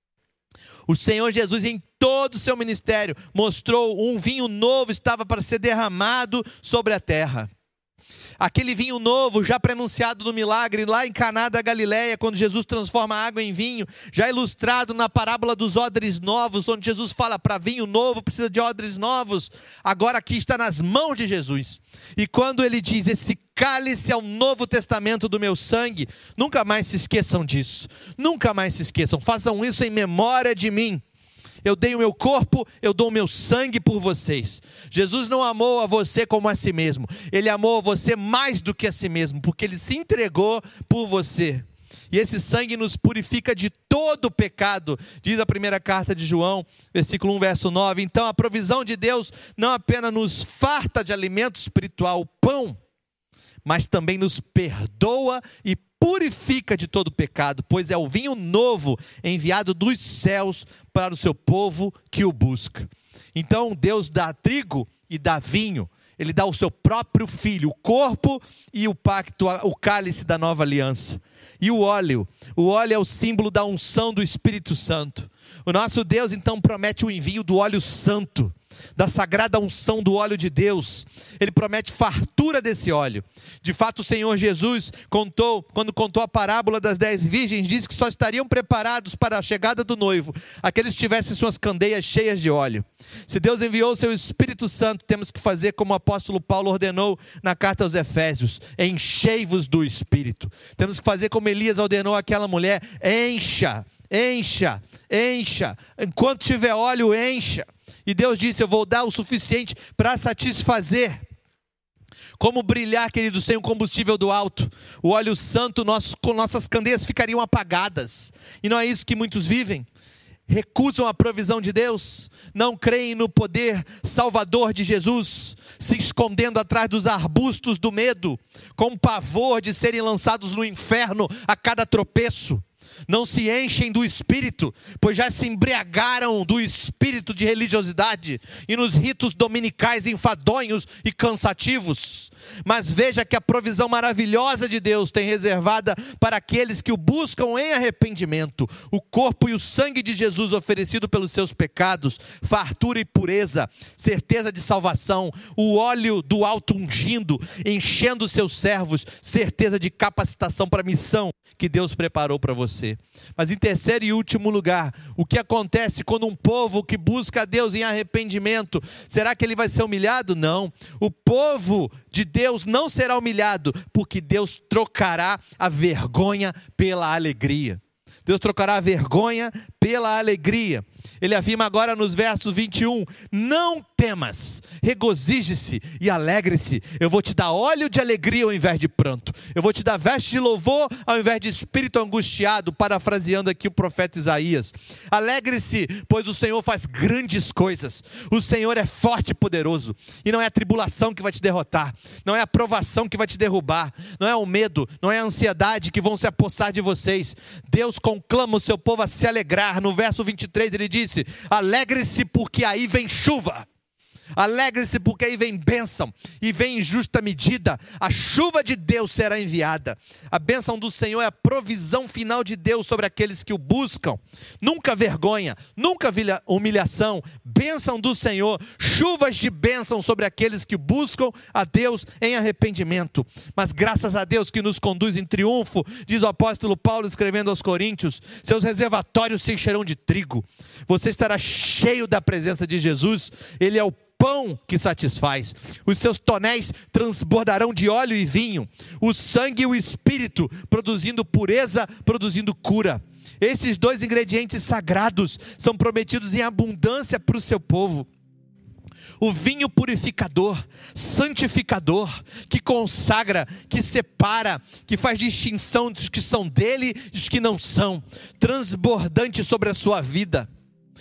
O Senhor Jesus, em todo o seu ministério, mostrou um vinho novo estava para ser derramado sobre a terra. Aquele vinho novo, já prenunciado no milagre lá em Caná da Galileia, quando Jesus transforma a água em vinho, já ilustrado na parábola dos odres novos, onde Jesus fala: para vinho novo precisa de odres novos. Agora aqui está nas mãos de Jesus. E quando ele diz: esse cálice é o Novo Testamento do meu sangue, nunca mais se esqueçam disso. Nunca mais se esqueçam. Façam isso em memória de mim. Eu dei o meu corpo, eu dou o meu sangue por vocês. Jesus não amou a você como a si mesmo. Ele amou a você mais do que a si mesmo, porque Ele se entregou por você. E esse sangue nos purifica de todo o pecado, diz a primeira carta de João, versículo 1, verso 9. Então a provisão de Deus não apenas nos farta de alimento espiritual, o pão, mas também nos perdoa e purifica de todo pecado, pois é o vinho novo enviado dos céus para o seu povo que o busca. Então Deus dá trigo e dá vinho. Ele dá o seu próprio filho, o corpo e o pacto, o cálice da nova aliança. E o óleo é o símbolo da unção do Espírito Santo. O nosso Deus então promete o envio do óleo santo, da sagrada unção do óleo de Deus. Ele promete fartura desse óleo. De fato, o Senhor Jesus quando contou a parábola das 10 virgens, disse que só estariam preparados para a chegada do noivo aqueles que tivessem suas candeias cheias de óleo. Se Deus enviou o seu Espírito Santo, temos que fazer como o apóstolo Paulo ordenou na carta aos Efésios: enchei-vos do Espírito. Temos que fazer como Elias ordenou àquela mulher: encha, enquanto tiver óleo, encha. E Deus disse: eu vou dar o suficiente para satisfazer. Como brilhar, queridos, sem o combustível do alto? O óleo santo, nossas candeias ficariam apagadas. E não é isso que muitos vivem. Recusam a provisão de Deus, não creem no poder salvador de Jesus, se escondendo atrás dos arbustos do medo, com pavor de serem lançados no inferno a cada tropeço. Não se enchem do Espírito, pois já se embriagaram do espírito de religiosidade e nos ritos dominicais enfadonhos e cansativos. Mas veja que a provisão maravilhosa de Deus tem reservada para aqueles que o buscam em arrependimento: o corpo e o sangue de Jesus oferecido pelos seus pecados, fartura e pureza, certeza de salvação, o óleo do alto ungindo, enchendo os seus servos, certeza de capacitação para a missão que Deus preparou para você. você. Mas em terceiro e último lugar, o que acontece quando um povo que busca a Deus em arrependimento, será que ele vai ser humilhado? Não. O povo de Deus não será humilhado, porque Deus trocará a vergonha pela alegria. Deus trocará a vergonha pela alegria. Ele afirma agora nos versos 21, não temas, regozije-se e alegre-se. Eu vou te dar óleo de alegria ao invés de pranto. Eu vou te dar veste de louvor ao invés de espírito angustiado, parafraseando aqui o profeta Isaías. Alegre-se, pois o Senhor faz grandes coisas. O Senhor é forte e poderoso. E não é a tribulação que vai te derrotar. Não é a provação que vai te derrubar. Não é o medo, não é a ansiedade que vão se apossar de vocês. Deus conclama o seu povo a se alegrar. No verso 23 ele disse, alegre-se porque aí vem chuva. Alegre-se porque aí vem bênção e vem em justa medida. A chuva de Deus será enviada. A bênção do Senhor é a provisão final de Deus sobre aqueles que o buscam. Nunca vergonha, nunca humilhação. Bênção do Senhor, chuvas de bênção sobre aqueles que buscam a Deus em arrependimento. Mas graças a Deus que nos conduz em triunfo, diz o apóstolo Paulo escrevendo aos Coríntios, seus reservatórios se encherão de trigo. Você estará cheio da presença de Jesus. Ele é o pão que satisfaz. Os seus tonéis transbordarão de óleo e vinho. O sangue e o espírito, produzindo pureza, produzindo cura. Esses dois ingredientes sagrados são prometidos em abundância para o seu povo. O vinho purificador, santificador, que consagra, que separa, que faz distinção dos que são dele e dos que não são, transbordante sobre a sua vida.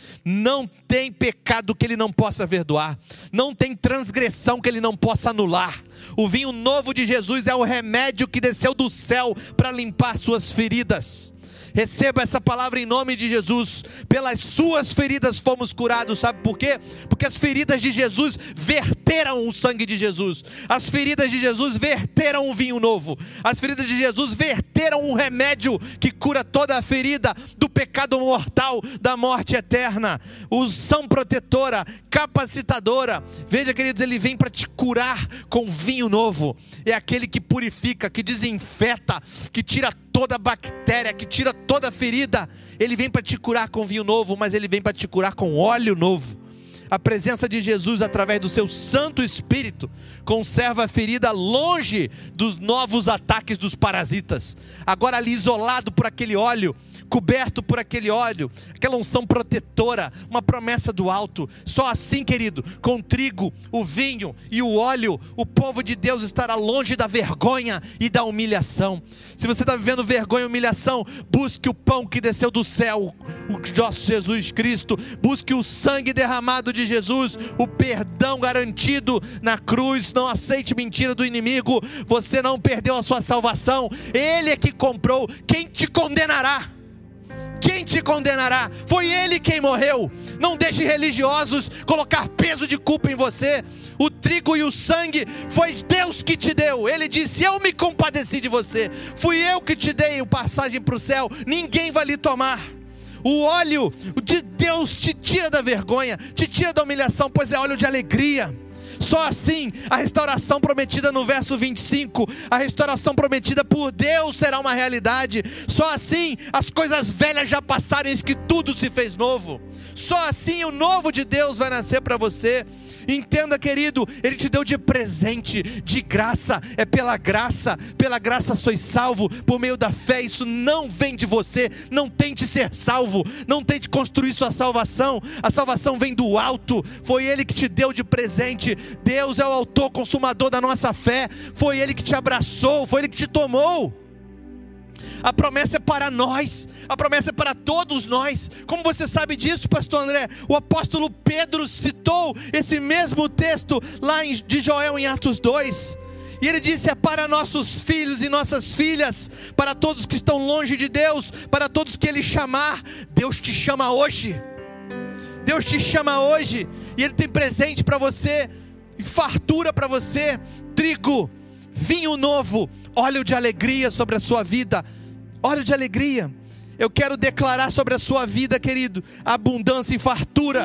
Não tem pecado que ele não possa perdoar. Não tem transgressão que ele não possa anular. O vinho novo de Jesus é o remédio que desceu do céu para limpar suas feridas. Receba essa palavra em nome de Jesus. Pelas suas feridas fomos curados. Sabe por quê? Porque as feridas de Jesus verteram o sangue de Jesus. As feridas de Jesus verteram o vinho novo. As feridas de Jesus verteram um remédio que cura toda a ferida do pecado mortal, da morte eterna. Unção protetora, capacitadora. Veja, queridos, ele vem para te curar com vinho novo. É aquele que purifica, que desinfeta, que tira toda bactéria, que tira toda ferida. Ele vem para te curar com vinho novo, mas ele vem para te curar com óleo novo. A presença de Jesus através do seu Santo Espírito conserva a ferida longe dos novos ataques dos parasitas. Agora ali isolado por aquele óleo, coberto por aquele óleo, aquela unção protetora, uma promessa do alto. Só assim, querido, com o trigo, o vinho e o óleo, o povo de Deus estará longe da vergonha e da humilhação. Se você está vivendo vergonha e humilhação, busque o pão que desceu do céu, o nosso Jesus Cristo. Busque o sangue derramado de Jesus, o perdão garantido na cruz. Não aceite mentira do inimigo. Você não perdeu a sua salvação. Ele é que comprou. Quem te condenará? Quem te condenará? Foi Ele quem morreu. Não deixe religiosos colocar peso de culpa em você. O trigo e o sangue foi Deus que te deu. Ele disse, eu me compadeci de você. Fui eu que te dei a passagem para o céu. Ninguém vai lhe tomar. O óleo de Deus te tira da vergonha, te tira da humilhação, pois é óleo de alegria. Só assim a restauração prometida no verso 25, a restauração prometida por Deus será uma realidade. Só assim as coisas velhas já passaram, eis que tudo se fez novo. Só assim o novo de Deus vai nascer para você. Entenda, querido, Ele te deu de presente, de graça. É pela graça sois salvo, por meio da fé. Isso não vem de você. Não tente ser salvo, não tente construir sua salvação. A salvação vem do alto. Foi Ele que te deu de presente. Deus é o autor consumador da nossa fé. Foi Ele que te abraçou, foi Ele que te tomou. A promessa é para nós, a promessa é para todos nós. Como você sabe disso, pastor André? O apóstolo Pedro citou esse mesmo texto lá de Joel em Atos 2. E ele disse, é para nossos filhos e nossas filhas, para todos que estão longe de Deus, para todos que Ele chamar. Deus te chama hoje. Deus te chama hoje. E Ele tem presente para você, fartura para você, trigo, vinho novo, óleo de alegria sobre a sua vida. Óleo de alegria. Eu quero declarar sobre a sua vida, querido, abundância e fartura.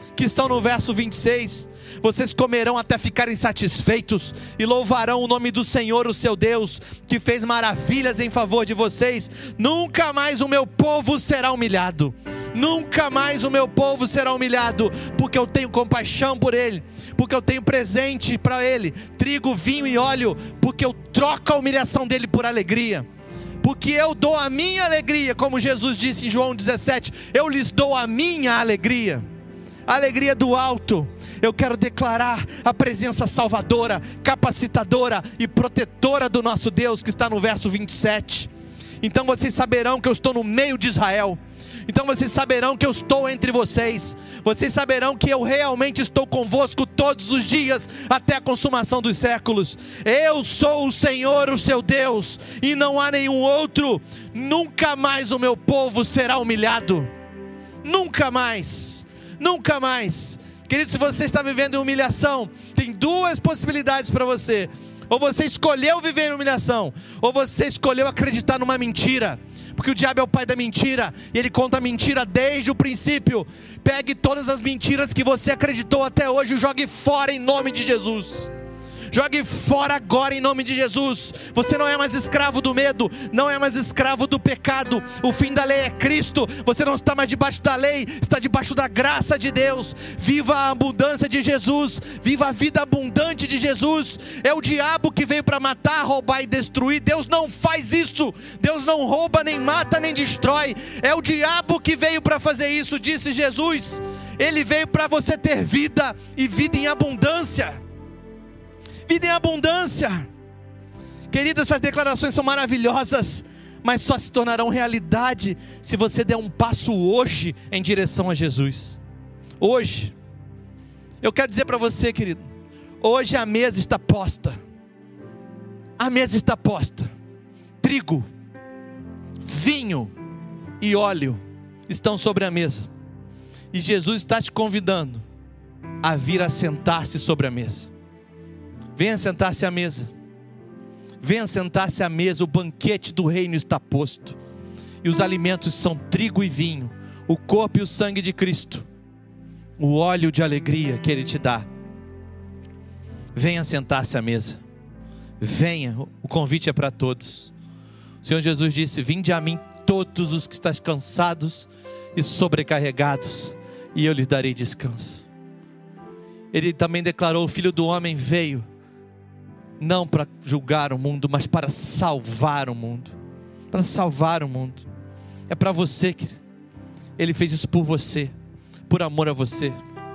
que estão no verso 26. Vocês comerão até ficarem satisfeitos e louvarão o nome do Senhor, o seu Deus, que fez maravilhas em favor de vocês. Nunca mais o meu povo será humilhado. Nunca mais o meu povo será humilhado, porque eu tenho compaixão por ele, porque eu tenho presente para ele, trigo, vinho e óleo, porque eu troco a humilhação dele por alegria, porque eu dou a minha alegria, como Jesus disse em João 17, eu lhes dou a minha alegria, a alegria do alto. Eu quero declarar a presença salvadora, capacitadora e protetora do nosso Deus, que está no verso 27. Então vocês saberão que eu estou no meio de Israel. Então vocês saberão que eu estou entre vocês. Vocês saberão que eu realmente estou convosco todos os dias, até a consumação dos séculos. Eu sou o Senhor, o seu Deus, e não há nenhum outro. Nunca mais o meu povo será humilhado. Nunca mais. Nunca mais. Querido, se você está vivendo em humilhação, tem duas possibilidades para você. Ou você escolheu viver em humilhação, ou você escolheu acreditar numa mentira. Porque o diabo é o pai da mentira, e ele conta a mentira desde o princípio. Pegue todas as mentiras que você acreditou até hoje e jogue fora em nome de Jesus. Jogue fora agora em nome de Jesus. Você não é mais escravo do medo, não é mais escravo do pecado. O fim da lei é Cristo. Você não está mais debaixo da lei, está debaixo da graça de Deus. Viva a abundância de Jesus, viva a vida abundante de Jesus. É o diabo que veio para matar, roubar e destruir. Deus não faz isso. Deus não rouba, nem mata, nem destrói. É o diabo que veio para fazer isso, disse Jesus. Ele veio para você ter vida, e vida em abundância. Vida em abundância. Querido, essas declarações são maravilhosas, mas só se tornarão realidade se você der um passo hoje em direção a Jesus. Hoje. Eu quero dizer para você, querido, hoje a mesa está posta. A mesa está posta. Trigo, vinho e óleo estão sobre a mesa. E Jesus está te convidando a vir a sentar-se sobre a mesa. Venha sentar-se à mesa. Venha sentar-se à mesa. O banquete do reino está posto. E os alimentos são trigo e vinho, o corpo e o sangue de Cristo, o óleo de alegria que Ele te dá. Venha sentar-se à mesa. Venha, o convite é para todos. O Senhor Jesus disse: vinde a mim todos os que estão cansados e sobrecarregados, e eu lhes darei descanso. Ele também declarou: o Filho do Homem veio não para julgar o mundo, mas para salvar o mundo. Para salvar o mundo. É para você, querido. Ele fez isso por você, por amor a você.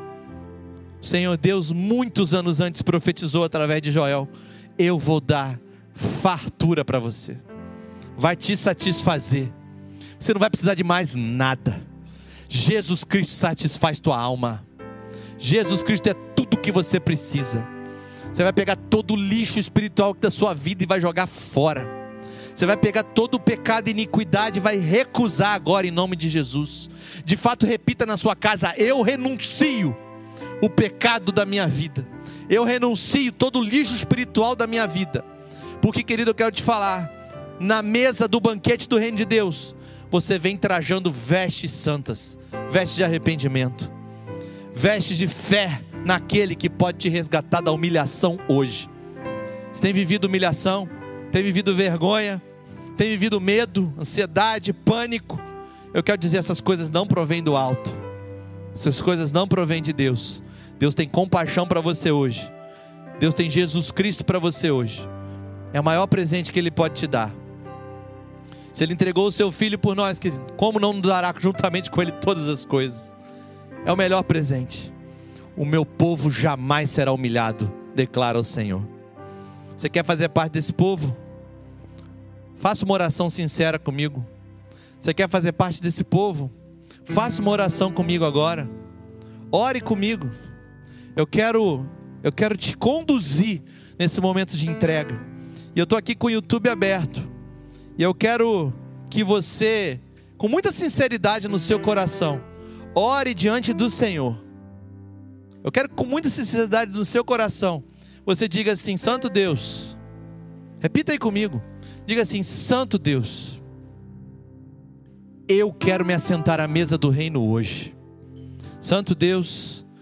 O Senhor Deus, muitos anos antes, profetizou através de Joel: eu vou dar fartura para você. Vai te satisfazer. Você não vai precisar de mais nada. Jesus Cristo satisfaz tua alma. Jesus Cristo é tudo que você precisa. Você vai pegar todo o lixo espiritual da sua vida e vai jogar fora. Você vai pegar todo o pecado e iniquidade e vai recusar agora em nome de Jesus. De fato, repita na sua casa: eu renuncio o pecado da minha vida. Eu renuncio todo o lixo espiritual da minha vida. Porque, querido, eu quero te falar, na mesa do banquete do reino de Deus, você vem trajando vestes santas, vestes de arrependimento, vestes de fé naquele que pode te resgatar da humilhação hoje. Você tem vivido humilhação, tem vivido vergonha, tem vivido medo, ansiedade, pânico. Eu quero dizer, essas coisas não provêm do alto. Essas coisas não provêm de Deus. Deus tem compaixão para você hoje. Deus tem Jesus Cristo para você hoje. É o maior presente que Ele pode te dar. Se Ele entregou o seu Filho por nós, querido, como não nos dará juntamente com Ele todas as coisas? É o melhor presente. O meu povo jamais será humilhado, declara o Senhor. Você quer fazer parte desse povo? Faça uma oração sincera comigo. Você quer fazer parte desse povo? Faça uma oração comigo agora. Ore comigo. Eu quero te conduzir nesse momento de entrega. E eu estou aqui com o YouTube aberto. E eu quero que você, com muita sinceridade no seu coração, ore diante do Senhor. Eu quero que com muita sinceridade no seu coração, você diga assim: Santo Deus, repita aí comigo, diga assim: Santo Deus, eu quero me assentar à mesa do reino hoje. Santo Deus,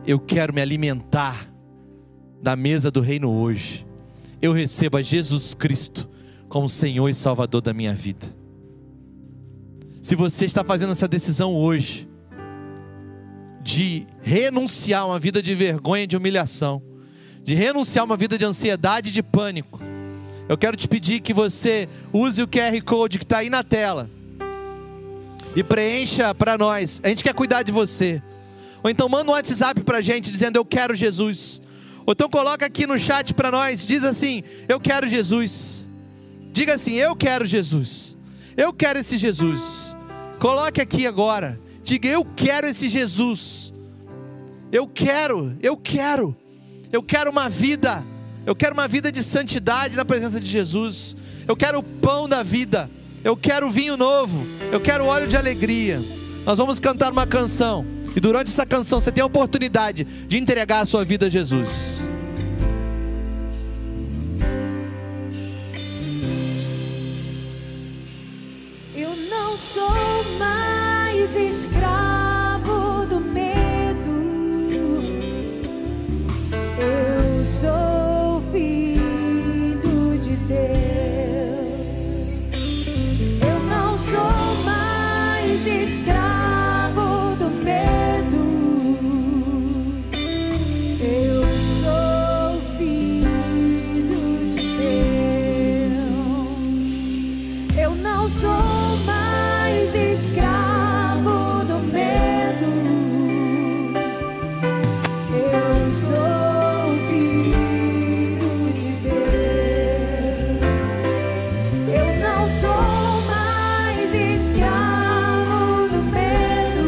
eu quero me alimentar da mesa do reino hoje. Eu recebo a Jesus Cristo como Senhor e Salvador da minha vida. Se você está fazendo essa decisão hoje, de renunciar a uma vida de vergonha e de humilhação, de renunciar a uma vida de ansiedade e de pânico, eu quero te pedir que você use o QR Code que está aí na tela e preencha para nós. A gente quer cuidar de você. Ou então manda um WhatsApp para a gente dizendo: eu quero Jesus. Ou então coloca aqui no chat para nós, diz assim: eu quero Jesus. Diga assim: eu quero Jesus. Eu quero esse Jesus. Coloque aqui agora. Diga: eu quero esse Jesus. Eu quero uma vida. Eu quero uma vida de santidade na presença de Jesus. Eu quero o pão da vida. Eu quero vinho novo. Eu quero óleo de alegria. Nós vamos cantar uma canção. E durante essa canção você tem a oportunidade de entregar a sua vida a Jesus. Eu não sou mais escravo do medo. Eu sou filho de Deus. Eu não sou mais escravo do medo. Eu sou filho de Deus. Eu não sou mais escravo do medo. Eu sou filho de Deus. Eu não sou mais escravo do medo.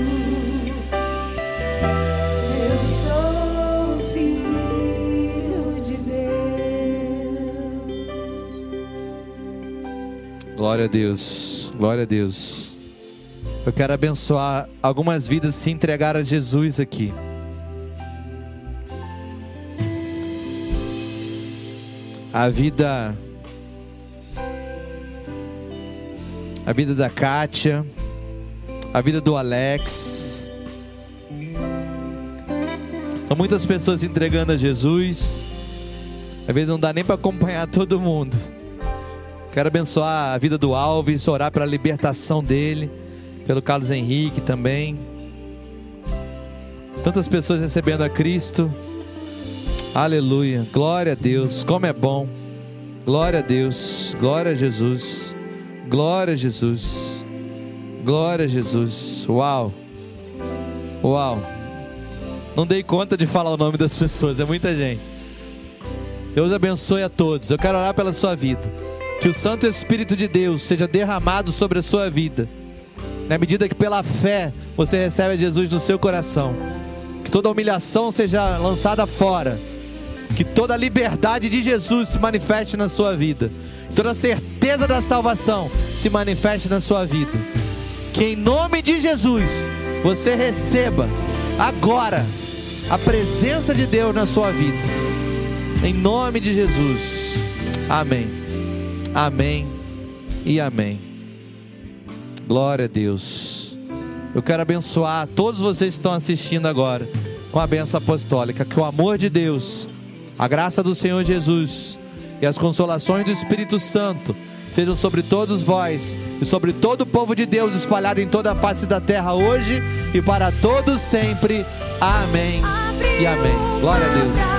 Eu sou filho de Deus. Glória a Deus, glória a Deus. Eu quero abençoar algumas vidas se entregaram a Jesus aqui. A vida da Kátia, a vida do Alex. São muitas pessoas se entregando a Jesus. Às vezes não dá nem para acompanhar todo mundo. Quero abençoar a vida do Alves, orar pela libertação dele, pelo Carlos Henrique também. Tantas pessoas recebendo a Cristo. Aleluia, glória a Deus, como é bom. Glória a Deus, glória a Jesus. Glória a Jesus. Glória a Jesus. Uau. Uau. Não dei conta de falar o nome das pessoas, é muita gente. Deus abençoe a todos. Eu quero orar pela sua vida. Que o Santo Espírito de Deus seja derramado sobre a sua vida, na medida que pela fé você recebe a Jesus no seu coração. Que toda humilhação seja lançada fora. Que toda a liberdade de Jesus se manifeste na sua vida. Toda a certeza da salvação se manifeste na sua vida. Que em nome de Jesus você receba agora a presença de Deus na sua vida. Em nome de Jesus. Amém. Amém e amém. Glória a Deus. Eu quero abençoar todos vocês que estão assistindo agora com a bênção apostólica. Que o amor de Deus, a graça do Senhor Jesus e as consolações do Espírito Santo sejam sobre todos vós e sobre todo o povo de Deus espalhado em toda a face da terra hoje e para todos sempre. Amém e amém. Glória a Deus.